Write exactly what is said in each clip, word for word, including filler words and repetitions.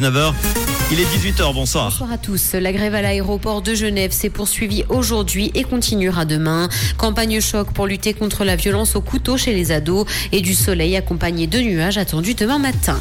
dix-neuf heures. Il est dix-huit heures, bonsoir. Bonsoir à tous. La grève à l'aéroport de Genève s'est poursuivie aujourd'hui et continuera demain. Campagne choc pour lutter contre la violence au couteau chez les ados et du soleil accompagné de nuages attendus demain matin.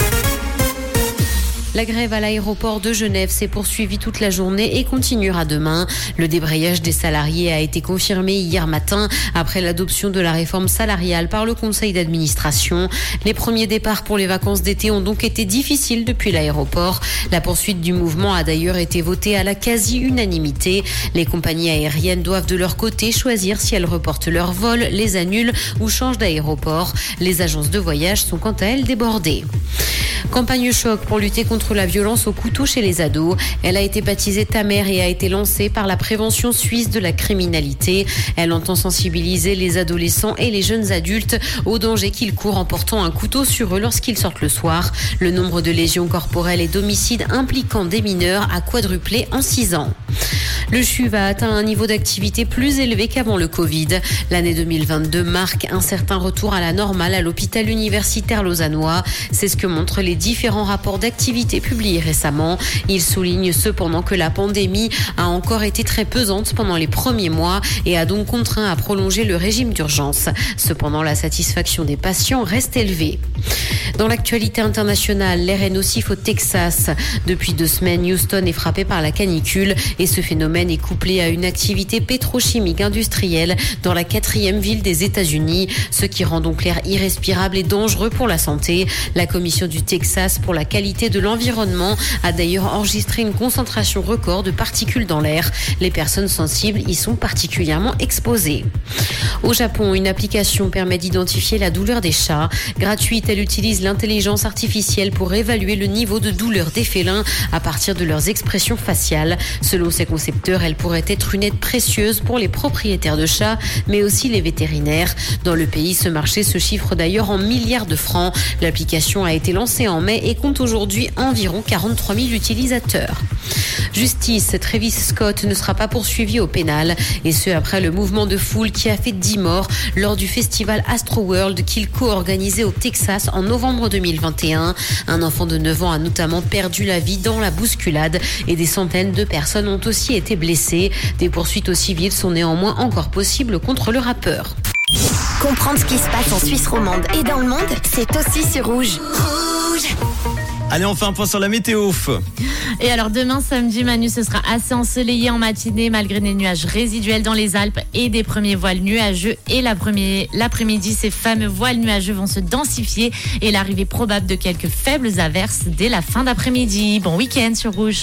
La grève à l'aéroport de Genève s'est poursuivie toute la journée et continuera demain. Le débrayage des salariés a été confirmé hier matin après l'adoption de la réforme salariale par le conseil d'administration. Les premiers départs pour les vacances d'été ont donc été difficiles depuis l'aéroport. La poursuite du mouvement a d'ailleurs été votée à la quasi-unanimité. Les compagnies aériennes doivent de leur côté choisir si elles reportent leurs vols, les annulent ou changent d'aéroport. Les agences de voyage sont quant à elles débordées. Campagne choc pour lutter contre la violence au couteau chez les ados. Elle a été baptisée Tamer et a été lancée par la prévention suisse de la criminalité. Elle entend sensibiliser les adolescents et les jeunes adultes aux dangers qu'ils courent en portant un couteau sur eux lorsqu'ils sortent le soir. Le nombre de lésions corporelles et d'homicides impliquant des mineurs a quadruplé en six ans. Le C H U V a atteint un niveau d'activité plus élevé qu'avant le Covid. L'année deux mille vingt-deux marque un certain retour à la normale à l'hôpital universitaire lausannois. C'est ce que montrent les différents rapports d'activité publiés récemment. Il souligne cependant que la pandémie a encore été très pesante pendant les premiers mois et a donc contraint à prolonger le régime d'urgence. Cependant, la satisfaction des patients reste élevée. Dans l'actualité internationale, l'air est nocif au Texas. Depuis deux semaines, Houston est frappé par la canicule et ce phénomène est couplé à une activité pétrochimique industrielle dans la quatrième ville des États-Unis, ce qui rend donc l'air irrespirable et dangereux pour la santé. La commission du Texas pour la qualité de l'environnement a d'ailleurs enregistré une concentration record de particules dans l'air. Les personnes sensibles y sont particulièrement exposées. Au Japon, une application permet d'identifier la douleur des chats. Gratuite, elle utilise l'intelligence artificielle pour évaluer le niveau de douleur des félins à partir de leurs expressions faciales. Selon ses concepteurs, elle pourrait être une aide précieuse pour les propriétaires de chats, mais aussi les vétérinaires. Dans le pays, ce marché se chiffre d'ailleurs en milliards de francs. L'application a été lancée en mai et compte aujourd'hui environ quarante-trois mille utilisateurs. Justice, Travis Scott ne sera pas poursuivi au pénal, et ce après le mouvement de foule qui a fait dix morts lors du festival Astroworld qu'il co-organisait au Texas en novembre deux mille vingt et un. Un enfant de neuf ans a notamment perdu la vie dans la bousculade et des centaines de personnes ont aussi été blessées. Des poursuites au civil sont néanmoins encore possibles contre le rappeur. Comprendre ce qui se passe en Suisse romande et dans le monde, c'est aussi sur Rouge. Rouge. Allez, on fait un point sur la météo. Et alors demain samedi, Manu, ce sera assez ensoleillé en matinée malgré des nuages résiduels dans les Alpes et des premiers voiles nuageux. Et l'après-midi, ces fameux voiles nuageux vont se densifier et l'arrivée probable de quelques faibles averses dès la fin d'après-midi. Bon week-end sur Rouge.